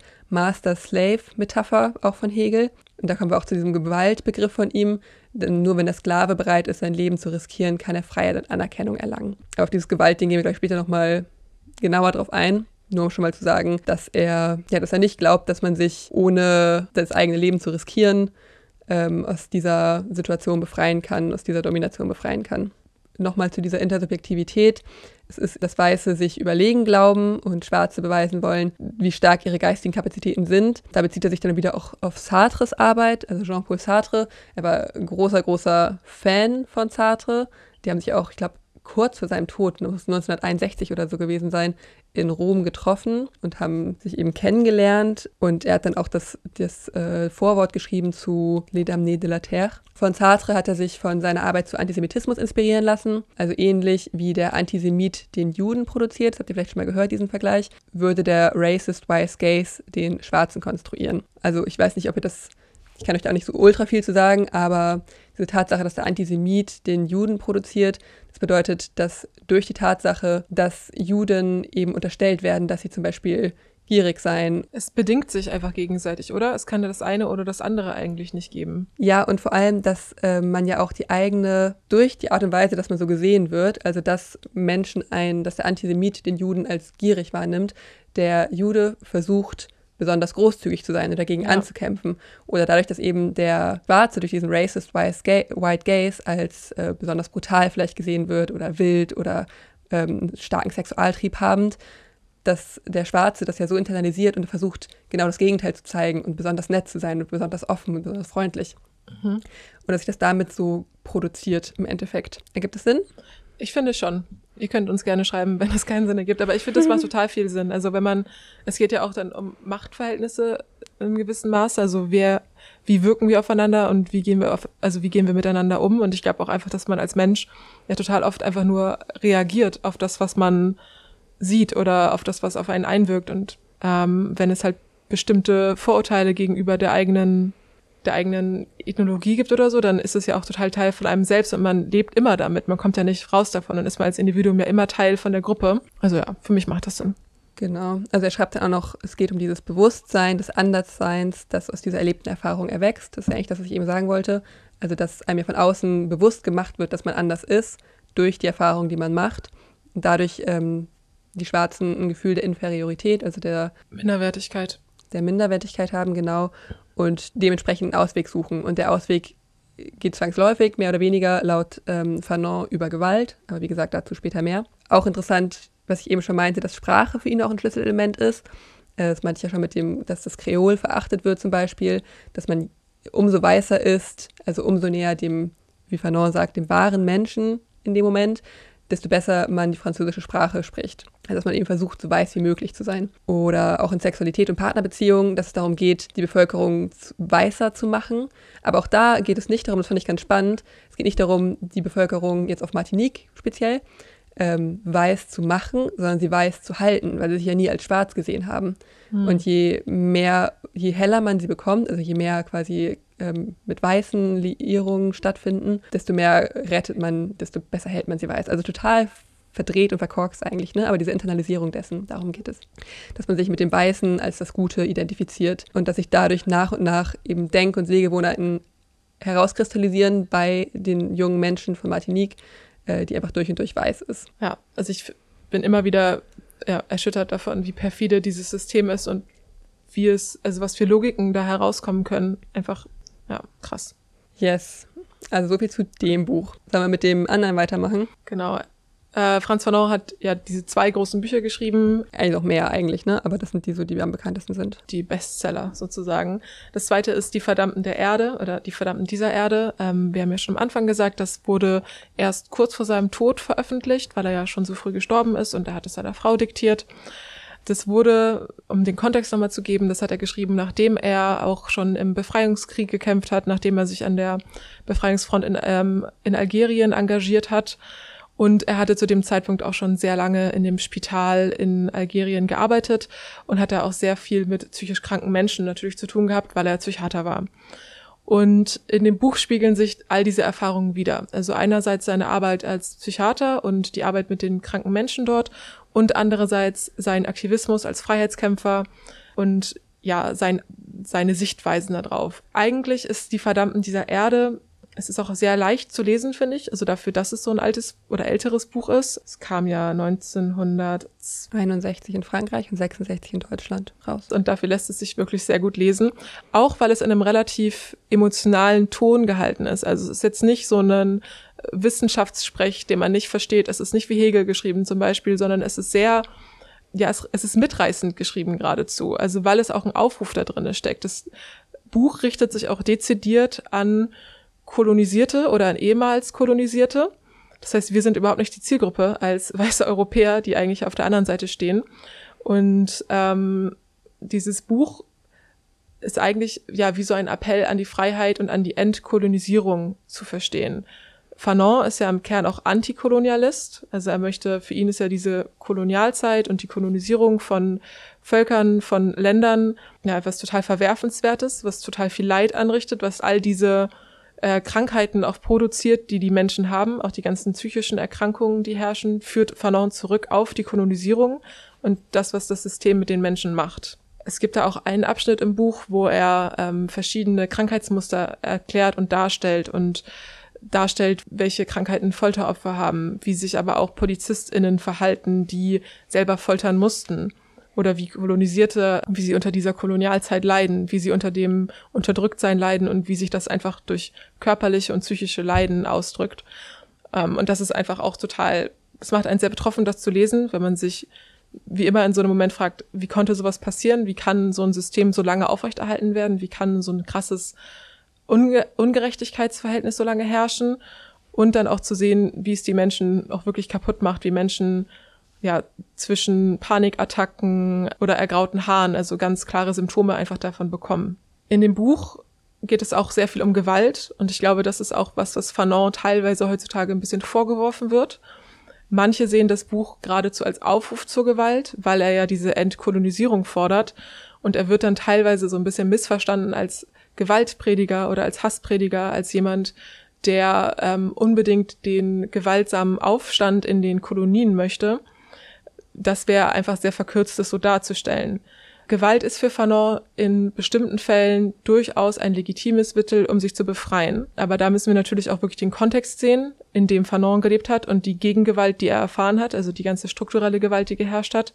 Speaker 2: Master-Slave-Metapher auch von Hegel. Und da kommen wir auch zu diesem Gewaltbegriff von ihm. Denn nur wenn der Sklave bereit ist, sein Leben zu riskieren, kann er Freiheit und Anerkennung erlangen. Aber auf dieses Gewaltding gehen wir gleich später nochmal genauer drauf ein. Nur um schon mal zu sagen, dass er, ja, dass er nicht glaubt, dass man sich, ohne das eigene Leben zu riskieren, ähm, aus dieser Situation befreien kann, aus dieser Domination befreien kann. Nochmal zu dieser Intersubjektivität. Es ist das Weiße sich überlegen glauben und Schwarze beweisen wollen, wie stark ihre geistigen Kapazitäten sind. Da bezieht er sich dann wieder auch auf Sartres Arbeit, also Jean-Paul Sartre. Er war ein großer, großer Fan von Sartre. Die haben sich auch, ich glaube, kurz vor seinem Tod, muss neunzehnhunderteinundsechzig oder so gewesen sein, in Rom getroffen und haben sich eben kennengelernt. Und er hat dann auch das, das äh, Vorwort geschrieben zu Les Damnés de la Terre. Von Sartre hat er sich von seiner Arbeit zu Antisemitismus inspirieren lassen. Also ähnlich wie der Antisemit den Juden produziert, das habt ihr vielleicht schon mal gehört, diesen Vergleich, würde der Racist Wise Gaze den Schwarzen konstruieren. Also ich weiß nicht, ob ihr das, ich kann euch da auch nicht so ultra viel zu sagen, aber diese Tatsache, dass der Antisemit den Juden produziert, das bedeutet, dass durch die Tatsache, dass Juden eben unterstellt werden, dass sie zum Beispiel gierig seien.
Speaker 1: Es bedingt sich einfach gegenseitig, oder? Es kann das eine oder das andere eigentlich nicht geben.
Speaker 2: Ja, und vor allem, dass äh, man ja auch die eigene, durch die Art und Weise, dass man so gesehen wird, also dass Menschen ein, dass der Antisemit den Juden als gierig wahrnimmt, der Jude versucht, besonders großzügig zu sein und dagegen
Speaker 1: ja.
Speaker 2: anzukämpfen. Oder dadurch, dass eben der Schwarze durch diesen Racist White Gaze als äh, besonders brutal vielleicht gesehen wird oder wild oder ähm, starken Sexualtrieb habend, dass der Schwarze das ja so internalisiert und versucht, genau das Gegenteil zu zeigen und besonders nett zu sein und besonders offen und besonders freundlich. Mhm. Und dass sich das damit so produziert im Endeffekt. Ergibt das Sinn?
Speaker 1: Ich finde schon. Ihr könnt uns gerne schreiben, wenn es keinen Sinn ergibt. Aber ich finde, das macht total viel Sinn. Also wenn man, es geht ja auch dann um Machtverhältnisse in einem gewissen Maß. Also wer, wie wirken wir aufeinander und wie gehen wir auf, also wie gehen wir miteinander um? Und ich glaube auch einfach, dass man als Mensch ja total oft einfach nur reagiert auf das, was man sieht oder auf das, was auf einen einwirkt. Und ähm, wenn es halt bestimmte Vorurteile gegenüber der eigenen der eigenen Ethnologie gibt oder so, dann ist es ja auch total Teil von einem selbst und man lebt immer damit. Man kommt ja nicht raus davon und ist man als Individuum ja immer Teil von der Gruppe. Also ja, für mich macht das Sinn.
Speaker 2: Genau. Also er schreibt dann auch noch, es geht um dieses Bewusstsein des Andersseins, das aus dieser erlebten Erfahrung erwächst. Das ist ja eigentlich das, was ich eben sagen wollte. Also dass einem ja von außen bewusst gemacht wird, dass man anders ist, durch die Erfahrung, die man macht. Und dadurch ähm, die Schwarzen ein Gefühl der Inferiorität, also der
Speaker 1: Minderwertigkeit.
Speaker 2: der Minderwertigkeit haben, genau, und dementsprechend einen Ausweg suchen. Und der Ausweg geht zwangsläufig, mehr oder weniger, laut ähm, Fanon über Gewalt, aber wie gesagt, dazu später mehr. Auch interessant, was ich eben schon meinte, dass Sprache für ihn auch ein Schlüsselelement ist. Äh, das meinte ich ja schon mit dem, dass das Kreol verachtet wird zum Beispiel, dass man umso weißer ist, also umso näher dem, wie Fanon sagt, dem wahren Menschen in dem Moment, desto besser man die französische Sprache spricht. Also dass man eben versucht, so weiß wie möglich zu sein. Oder auch in Sexualität und Partnerbeziehungen, dass es darum geht, die Bevölkerung weißer zu machen. Aber auch da geht es nicht darum, das fand ich ganz spannend, es geht nicht darum, die Bevölkerung jetzt auf Martinique speziell ähm, weiß zu machen, sondern sie weiß zu halten, weil sie sich ja nie als schwarz gesehen haben. Mhm. Und je mehr, je heller man sie bekommt, also je mehr quasi ähm, mit weißen Liierungen stattfinden, desto mehr rettet man, desto besser hält man sie weiß. Also total verdreht und verkorkst eigentlich, ne? Aber diese Internalisierung dessen, darum geht es. Dass man sich mit dem Weißen als das Gute identifiziert und dass sich dadurch nach und nach eben Denk- und Sehgewohnheiten herauskristallisieren bei den jungen Menschen von Martinique, äh, die einfach durch und durch weiß ist.
Speaker 1: Ja, also ich bin immer wieder ja, erschüttert davon, wie perfide dieses System ist und wie es, also was für Logiken da herauskommen können. Einfach, ja, krass.
Speaker 2: Yes. Also so viel zu dem Buch. Sollen wir mit dem anderen weitermachen?
Speaker 1: Genau. Äh, Frantz Fanon hat ja diese zwei großen Bücher geschrieben.
Speaker 2: Eigentlich noch mehr eigentlich, ne? Aber das sind die so, die am bekanntesten sind.
Speaker 1: Die Bestseller sozusagen. Das zweite ist Die Verdammten der Erde oder Die Verdammten dieser Erde. Ähm, wir haben ja schon am Anfang gesagt, das wurde erst kurz vor seinem Tod veröffentlicht, weil er ja schon so früh gestorben ist und er hat es seiner Frau diktiert. Das wurde, um den Kontext nochmal zu geben, das hat er geschrieben, nachdem er auch schon im Befreiungskrieg gekämpft hat, nachdem er sich an der Befreiungsfront in, ähm, in Algerien engagiert hat. Und er hatte zu dem Zeitpunkt auch schon sehr lange in dem Spital in Algerien gearbeitet und hat da auch sehr viel mit psychisch kranken Menschen natürlich zu tun gehabt, weil er Psychiater war. Und in dem Buch spiegeln sich all diese Erfahrungen wider. Also einerseits seine Arbeit als Psychiater und die Arbeit mit den kranken Menschen dort und andererseits sein Aktivismus als Freiheitskämpfer und ja, sein, seine Sichtweisen darauf. Eigentlich ist Die Verdammten dieser Erde, es ist auch sehr leicht zu lesen, finde ich, also dafür, dass es so ein altes oder älteres Buch ist. Es kam ja neunzehnhunderteinundsechzig
Speaker 2: in Frankreich und sechsundsechzig in Deutschland raus.
Speaker 1: Und dafür lässt es sich wirklich sehr gut lesen. Auch weil es in einem relativ emotionalen Ton gehalten ist. Also es ist jetzt nicht so ein Wissenschaftssprech, den man nicht versteht. Es ist nicht wie Hegel geschrieben zum Beispiel, sondern es ist sehr, ja, es, es ist mitreißend geschrieben geradezu. Also weil es auch ein Aufruf da drin steckt. Das Buch richtet sich auch dezidiert an Kolonisierte oder an ehemals Kolonisierte. Das heißt, wir sind überhaupt nicht die Zielgruppe als weiße Europäer, die eigentlich auf der anderen Seite stehen. Und ähm, dieses Buch ist eigentlich ja wie so ein Appell an die Freiheit und an die Entkolonisierung zu verstehen. Fanon ist ja im Kern auch Antikolonialist. Also er möchte, für ihn ist ja diese Kolonialzeit und die Kolonisierung von Völkern, von Ländern ja etwas total Verwerfenswertes, was total viel Leid anrichtet, was all diese Äh, Krankheiten auch produziert, die die Menschen haben, auch die ganzen psychischen Erkrankungen, die herrschen, führt Fanon zurück auf die Kolonisierung und das, was das System mit den Menschen macht. Es gibt da auch einen Abschnitt im Buch, wo er ähm, verschiedene Krankheitsmuster erklärt und darstellt und darstellt, welche Krankheiten Folteropfer haben, wie sich aber auch PolizistInnen verhalten, die selber foltern mussten. Oder wie Kolonisierte, wie sie unter dieser Kolonialzeit leiden, wie sie unter dem Unterdrücktsein leiden und wie sich das einfach durch körperliche und psychische Leiden ausdrückt. Ähm, und das ist einfach auch total, es macht einen sehr betroffen, das zu lesen, wenn man sich wie immer in so einem Moment fragt, wie konnte sowas passieren? Wie kann so ein System so lange aufrechterhalten werden? Wie kann so ein krasses Unge- Ungerechtigkeitsverhältnis so lange herrschen? Und dann auch zu sehen, wie es die Menschen auch wirklich kaputt macht, wie Menschen ja, zwischen Panikattacken oder ergrauten Haaren, also ganz klare Symptome einfach davon bekommen. In dem Buch geht es auch sehr viel um Gewalt und ich glaube, das ist auch was, was Fanon teilweise heutzutage ein bisschen vorgeworfen wird. Manche sehen das Buch geradezu als Aufruf zur Gewalt, weil er ja diese Entkolonisierung fordert und er wird dann teilweise so ein bisschen missverstanden als Gewaltprediger oder als Hassprediger, als jemand, der ähm, unbedingt den gewaltsamen Aufstand in den Kolonien möchte. Das wäre einfach sehr verkürzt, das so darzustellen. Gewalt ist für Fanon in bestimmten Fällen durchaus ein legitimes Mittel, um sich zu befreien. Aber da müssen wir natürlich auch wirklich den Kontext sehen, in dem Fanon gelebt hat und die Gegengewalt, die er erfahren hat, also die ganze strukturelle Gewalt, die geherrscht hat.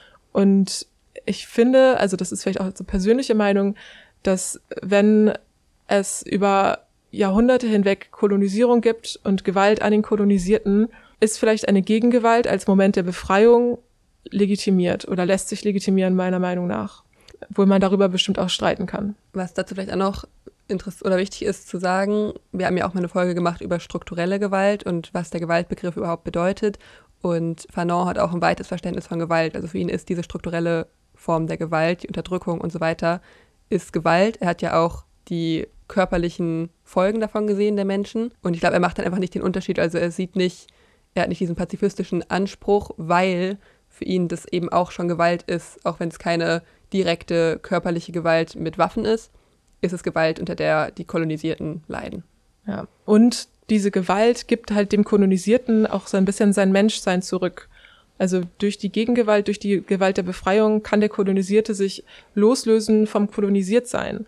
Speaker 1: Und ich finde, also das ist vielleicht auch eine persönliche Meinung, dass wenn es über Jahrhunderte hinweg Kolonisierung gibt und Gewalt an den Kolonisierten, ist vielleicht eine Gegengewalt als Moment der Befreiung legitimiert oder lässt sich legitimieren, meiner Meinung nach. Obwohl man darüber bestimmt auch streiten kann.
Speaker 2: Was dazu vielleicht auch noch interess- oder wichtig ist zu sagen, wir haben ja auch mal eine Folge gemacht über strukturelle Gewalt und was der Gewaltbegriff überhaupt bedeutet. Und Fanon hat auch ein weites Verständnis von Gewalt. Also für ihn ist diese strukturelle Form der Gewalt, die Unterdrückung und so weiter, ist Gewalt. Er hat ja auch die körperlichen Folgen davon gesehen, der Menschen. Und ich glaube, er macht dann einfach nicht den Unterschied. Also er sieht nicht, er hat nicht diesen pazifistischen Anspruch, weil für ihn das eben auch schon Gewalt ist, auch wenn es keine direkte körperliche Gewalt mit Waffen ist, ist es Gewalt, unter der die Kolonisierten leiden.
Speaker 1: Ja. Und diese Gewalt gibt halt dem Kolonisierten auch so ein bisschen sein Menschsein zurück. Also durch die Gegengewalt, durch die Gewalt der Befreiung kann der Kolonisierte sich loslösen vom Kolonisiertsein.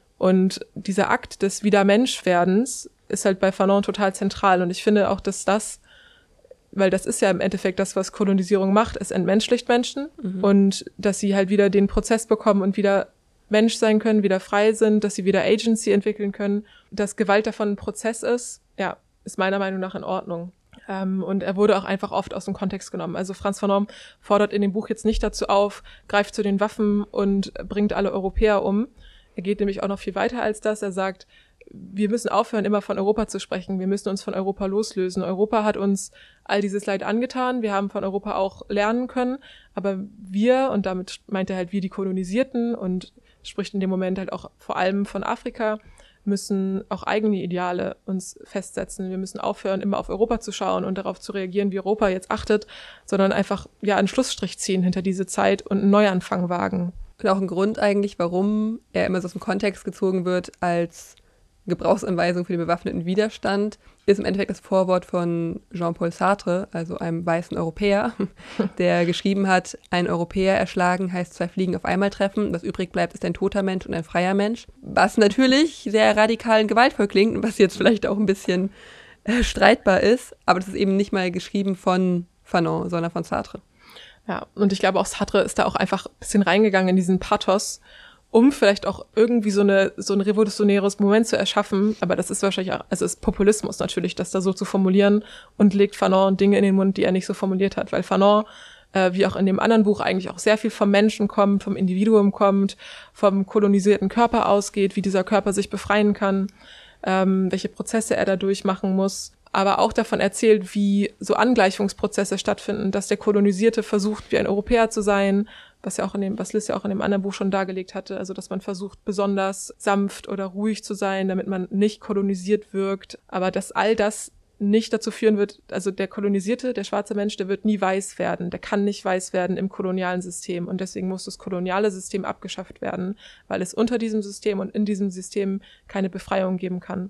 Speaker 1: Und dieser Akt des Wiedermenschwerdens ist halt bei Fanon total zentral. Und ich finde auch, dass das, weil das ist ja im Endeffekt das, was Kolonisierung macht, es entmenschlicht Menschen. Mhm. Und dass sie halt wieder den Prozess bekommen und wieder Mensch sein können, wieder frei sind, dass sie wieder Agency entwickeln können. Dass Gewalt davon ein Prozess ist, ja, ist meiner Meinung nach in Ordnung. Ähm, und er wurde auch einfach oft aus dem Kontext genommen. Also Frantz Fanon fordert in dem Buch jetzt nicht dazu auf, greift zu den Waffen und bringt alle Europäer um. Er geht nämlich auch noch viel weiter als das. Er sagt, wir müssen aufhören, immer von Europa zu sprechen. Wir müssen uns von Europa loslösen. Europa hat uns all dieses Leid angetan. Wir haben von Europa auch lernen können. Aber wir, und damit meint er halt wir die Kolonisierten und spricht in dem Moment halt auch vor allem von Afrika, müssen auch eigene Ideale uns festsetzen. Wir müssen aufhören, immer auf Europa zu schauen und darauf zu reagieren, wie Europa jetzt achtet, sondern einfach ja einen Schlussstrich ziehen hinter diese Zeit und einen Neuanfang wagen.
Speaker 2: Und auch ein Grund eigentlich, warum er immer so aus dem Kontext gezogen wird als Gebrauchsanweisung für den bewaffneten Widerstand, ist im Endeffekt das Vorwort von Jean-Paul Sartre, also einem weißen Europäer, der geschrieben hat, ein Europäer erschlagen heißt zwei Fliegen auf einmal treffen, was übrig bleibt, ist ein toter Mensch und ein freier Mensch. Was natürlich sehr radikal und gewaltvoll klingt und was jetzt vielleicht auch ein bisschen äh, streitbar ist, aber das ist eben nicht mal geschrieben von Fanon, sondern von Sartre.
Speaker 1: Ja, und ich glaube auch Sartre ist da auch einfach ein bisschen reingegangen in diesen Pathos, um vielleicht auch irgendwie so eine so ein revolutionäres Moment zu erschaffen. Aber das ist wahrscheinlich auch, also ist Populismus natürlich, das da so zu formulieren und legt Fanon Dinge in den Mund, die er nicht so formuliert hat. Weil Fanon, äh, wie auch in dem anderen Buch, eigentlich auch sehr viel vom Menschen kommt, vom Individuum kommt, vom kolonisierten Körper ausgeht, wie dieser Körper sich befreien kann, ähm, welche Prozesse er da durchmachen muss. Aber auch davon erzählt, wie so Angleichungsprozesse stattfinden, dass der Kolonisierte versucht, wie ein Europäer zu sein, was ja auch in dem, was Liz ja auch in dem anderen Buch schon dargelegt hatte, also dass man versucht, besonders sanft oder ruhig zu sein, damit man nicht kolonisiert wirkt, aber dass all das nicht dazu führen wird, also der Kolonisierte, der schwarze Mensch, der wird nie weiß werden, der kann nicht weiß werden im kolonialen System und deswegen muss das koloniale System abgeschafft werden, weil es unter diesem System und in diesem System keine Befreiung geben kann.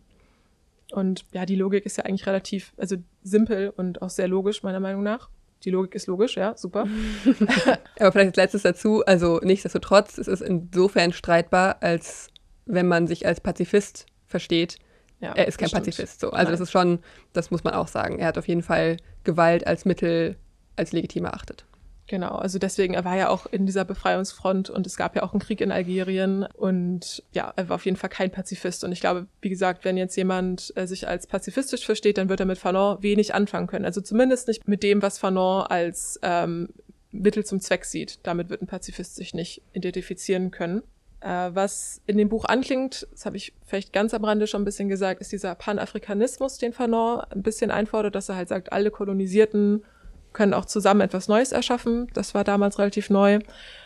Speaker 1: Und ja, die Logik ist ja eigentlich relativ, also simpel und auch sehr logisch, meiner Meinung nach. Die Logik ist logisch, ja, super.
Speaker 2: Aber vielleicht als letztes dazu, also nichtsdestotrotz, es ist insofern streitbar, als wenn man sich als Pazifist versteht. Ja, er ist kein Pazifist. So. Also Nein. Das ist schon, das muss man auch sagen. Er hat auf jeden Fall Gewalt als Mittel, als legitim erachtet.
Speaker 1: Genau, also deswegen, er war ja auch in dieser Befreiungsfront und es gab ja auch einen Krieg in Algerien und ja, er war auf jeden Fall kein Pazifist und ich glaube, wie gesagt, wenn jetzt jemand äh, sich als pazifistisch versteht, dann wird er mit Fanon wenig anfangen können, also zumindest nicht mit dem, was Fanon als ähm, Mittel zum Zweck sieht. Damit wird ein Pazifist sich nicht identifizieren können. Äh, was in dem Buch anklingt, das habe ich vielleicht ganz am Rande schon ein bisschen gesagt, ist dieser Panafrikanismus, den Fanon ein bisschen einfordert, dass er halt sagt, alle Kolonisierten können auch zusammen etwas Neues erschaffen. Das war damals relativ neu.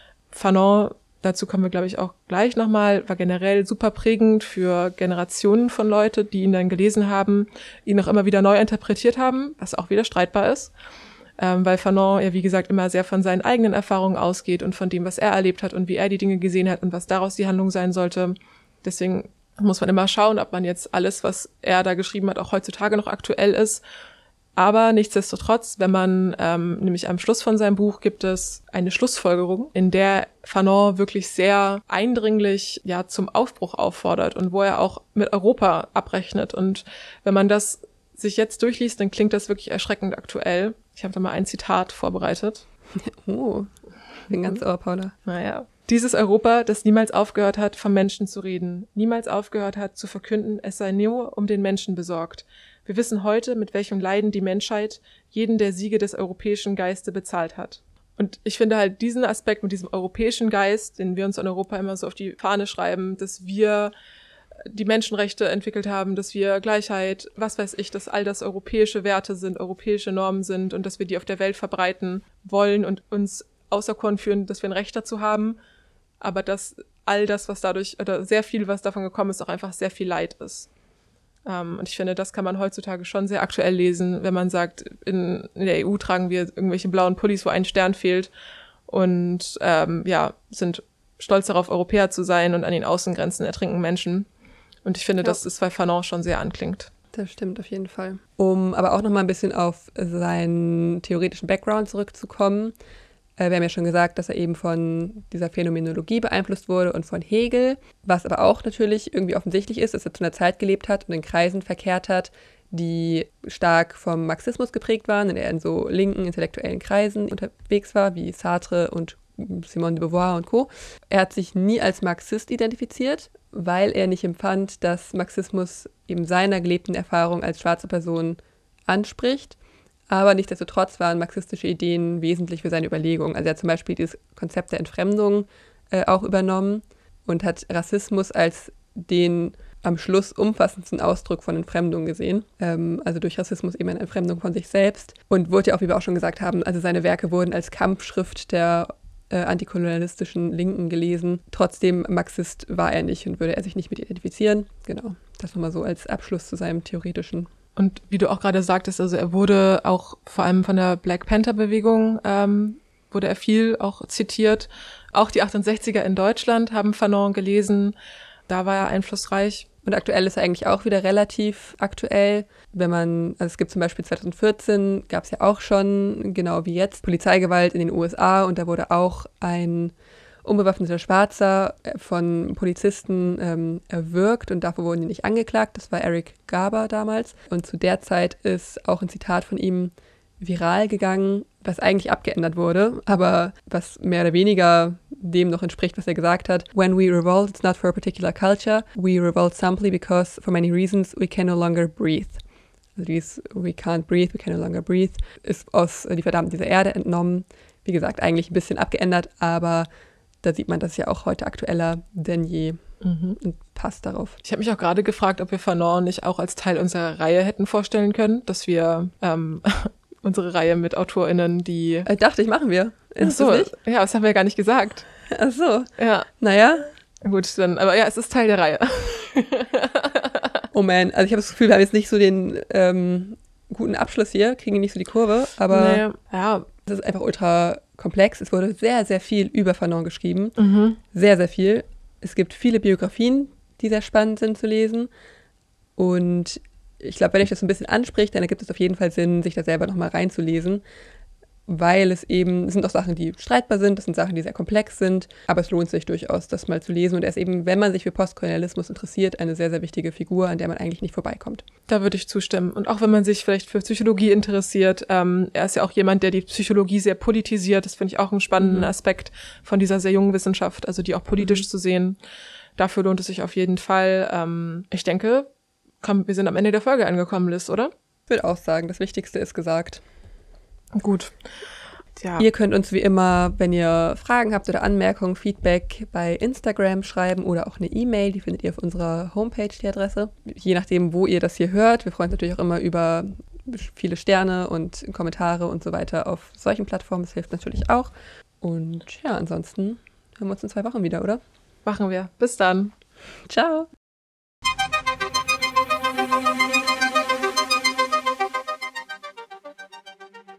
Speaker 1: Fanon, dazu kommen wir, glaube ich, auch gleich nochmal, war generell super prägend für Generationen von Leuten, die ihn dann gelesen haben, ihn auch immer wieder neu interpretiert haben, was auch wieder streitbar ist, ähm, weil Fanon ja, wie gesagt, immer sehr von seinen eigenen Erfahrungen ausgeht und von dem, was er erlebt hat und wie er die Dinge gesehen hat und was daraus die Handlung sein sollte. Deswegen muss man immer schauen, ob man jetzt alles, was er da geschrieben hat, auch heutzutage noch aktuell ist. Aber nichtsdestotrotz, wenn man, ähm, nämlich am Schluss von seinem Buch gibt es eine Schlussfolgerung, in der Fanon wirklich sehr eindringlich ja zum Aufbruch auffordert und wo er auch mit Europa abrechnet. Und wenn man das sich jetzt durchliest, dann klingt das wirklich erschreckend aktuell. Ich habe da mal ein Zitat vorbereitet.
Speaker 2: Oh, bin ganz ohr, Paula.
Speaker 1: Naja. Dieses Europa, das niemals aufgehört hat, vom Menschen zu reden, niemals aufgehört hat, zu verkünden, es sei nur um den Menschen besorgt. Wir wissen heute, mit welchem Leiden die Menschheit jeden der Siege des europäischen Geiste bezahlt hat. Und ich finde halt diesen Aspekt mit diesem europäischen Geist, den wir uns in Europa immer so auf die Fahne schreiben, dass wir die Menschenrechte entwickelt haben, dass wir Gleichheit, was weiß ich, dass all das europäische Werte sind, europäische Normen sind und dass wir die auf der Welt verbreiten wollen und uns auserkoren führen, dass wir ein Recht dazu haben, aber dass all das, was dadurch, oder sehr viel, was davon gekommen ist, auch einfach sehr viel Leid ist. Um, und ich finde, das kann man heutzutage schon sehr aktuell lesen, wenn man sagt, in, in der E U tragen wir irgendwelche blauen Pullis, wo ein Stern fehlt und ähm, ja, sind stolz darauf, Europäer zu sein und an den Außengrenzen ertrinken Menschen. Und ich finde, ja. dass das bei Fanon schon sehr anklingt.
Speaker 2: Das stimmt auf jeden Fall. Um aber auch noch mal ein bisschen auf seinen theoretischen Background zurückzukommen. Äh, wir haben ja schon gesagt, dass er eben von dieser Phänomenologie beeinflusst wurde und von Hegel. Was aber auch natürlich irgendwie offensichtlich ist, dass er zu einer Zeit gelebt hat und in Kreisen verkehrt hat, die stark vom Marxismus geprägt waren, in der er in so linken intellektuellen Kreisen unterwegs war, wie Sartre und Simone de Beauvoir und Co. Er hat sich nie als Marxist identifiziert, weil er nicht empfand, dass Marxismus eben seiner gelebten Erfahrung als schwarze Person anspricht. Aber nichtsdestotrotz waren marxistische Ideen wesentlich für seine Überlegungen. Also er hat zum Beispiel dieses Konzept der Entfremdung äh, auch übernommen und hat Rassismus als den am Schluss umfassendsten Ausdruck von Entfremdung gesehen. Ähm, also durch Rassismus eben eine Entfremdung von sich selbst. Und wurde ja auch, wie wir auch schon gesagt haben, also seine Werke wurden als Kampfschrift der äh, antikolonialistischen Linken gelesen. Trotzdem Marxist war er nicht und würde er sich nicht mit identifizieren. Genau, das nochmal so als Abschluss zu seinem theoretischen.
Speaker 1: Und wie du auch gerade sagtest, also er wurde auch vor allem von der Black Panther-Bewegung, ähm, wurde er viel auch zitiert. Auch die achtundsechziger in Deutschland haben Fanon gelesen. Da war er einflussreich.
Speaker 2: Und aktuell ist er eigentlich auch wieder relativ aktuell. Wenn man, also es gibt zum Beispiel zwanzig vierzehn, gab es ja auch schon, genau wie jetzt, Polizeigewalt in den U S A. Und da wurde auch ein unbewaffneter Schwarzer von Polizisten ähm, erwürgt und dafür wurden die nicht angeklagt. Das war Eric Garber damals. Und zu der Zeit ist auch ein Zitat von ihm viral gegangen, was eigentlich abgeändert wurde, aber was mehr oder weniger dem noch entspricht, was er gesagt hat. When we revolt, it's not for a particular culture. We revolt simply because for many reasons we can no longer breathe. Also dieses We can't breathe, we can no longer breathe ist aus Die Verdammten dieser Erde entnommen. Wie gesagt, eigentlich ein bisschen abgeändert, aber da sieht man, das ja auch heute aktueller denn je mhm. und passt darauf.
Speaker 1: Ich habe mich auch gerade gefragt, ob wir Fanon nicht auch als Teil unserer Reihe hätten vorstellen können, dass wir ähm, unsere Reihe mit AutorInnen, die...
Speaker 2: Ich dachte ich, machen wir.
Speaker 1: Ist Ach so, das nicht? Ja, das haben wir ja gar nicht gesagt.
Speaker 2: Ach so.
Speaker 1: Ja.
Speaker 2: Naja.
Speaker 1: Gut, dann, aber ja, es ist Teil der Reihe.
Speaker 2: Oh man, also ich habe das Gefühl, wir haben jetzt nicht so den ähm, guten Abschluss hier, kriegen nicht so die Kurve, aber
Speaker 1: nee, ja.
Speaker 2: Es ist einfach ultra komplex. Es wurde sehr, sehr viel über Fanon geschrieben.
Speaker 1: Mhm.
Speaker 2: Sehr, sehr viel. Es gibt viele Biografien, die sehr spannend sind zu lesen. Und ich glaube, wenn euch das so ein bisschen anspricht, dann ergibt es auf jeden Fall Sinn, sich da selber nochmal reinzulesen. Weil es eben, es sind auch Sachen, die streitbar sind, das sind Sachen, die sehr komplex sind, aber es lohnt sich durchaus, das mal zu lesen. Und er ist eben, wenn man sich für Postkolonialismus interessiert, eine sehr, sehr wichtige Figur, an der man eigentlich nicht vorbeikommt.
Speaker 1: Da würde ich zustimmen. Und auch wenn man sich vielleicht für Psychologie interessiert, ähm, er ist ja auch jemand, der die Psychologie sehr politisiert. Das finde ich auch einen spannenden mhm. Aspekt von dieser sehr jungen Wissenschaft, also die auch politisch mhm. zu sehen. Dafür lohnt es sich auf jeden Fall. Ähm, ich denke, komm, wir sind am Ende der Folge angekommen, Liz, oder?
Speaker 2: Ich würde auch sagen, das Wichtigste ist gesagt.
Speaker 1: Gut. Ja.
Speaker 2: Ihr könnt uns wie immer, wenn ihr Fragen habt oder Anmerkungen, Feedback bei Instagram schreiben oder auch eine E-Mail, die findet ihr auf unserer Homepage, die Adresse. Je nachdem, wo ihr das hier hört. Wir freuen uns natürlich auch immer über viele Sterne und Kommentare und so weiter auf solchen Plattformen. Das hilft natürlich auch. Und ja, ansonsten hören wir uns in zwei Wochen wieder, oder?
Speaker 1: Machen wir. Bis dann.
Speaker 2: Ciao.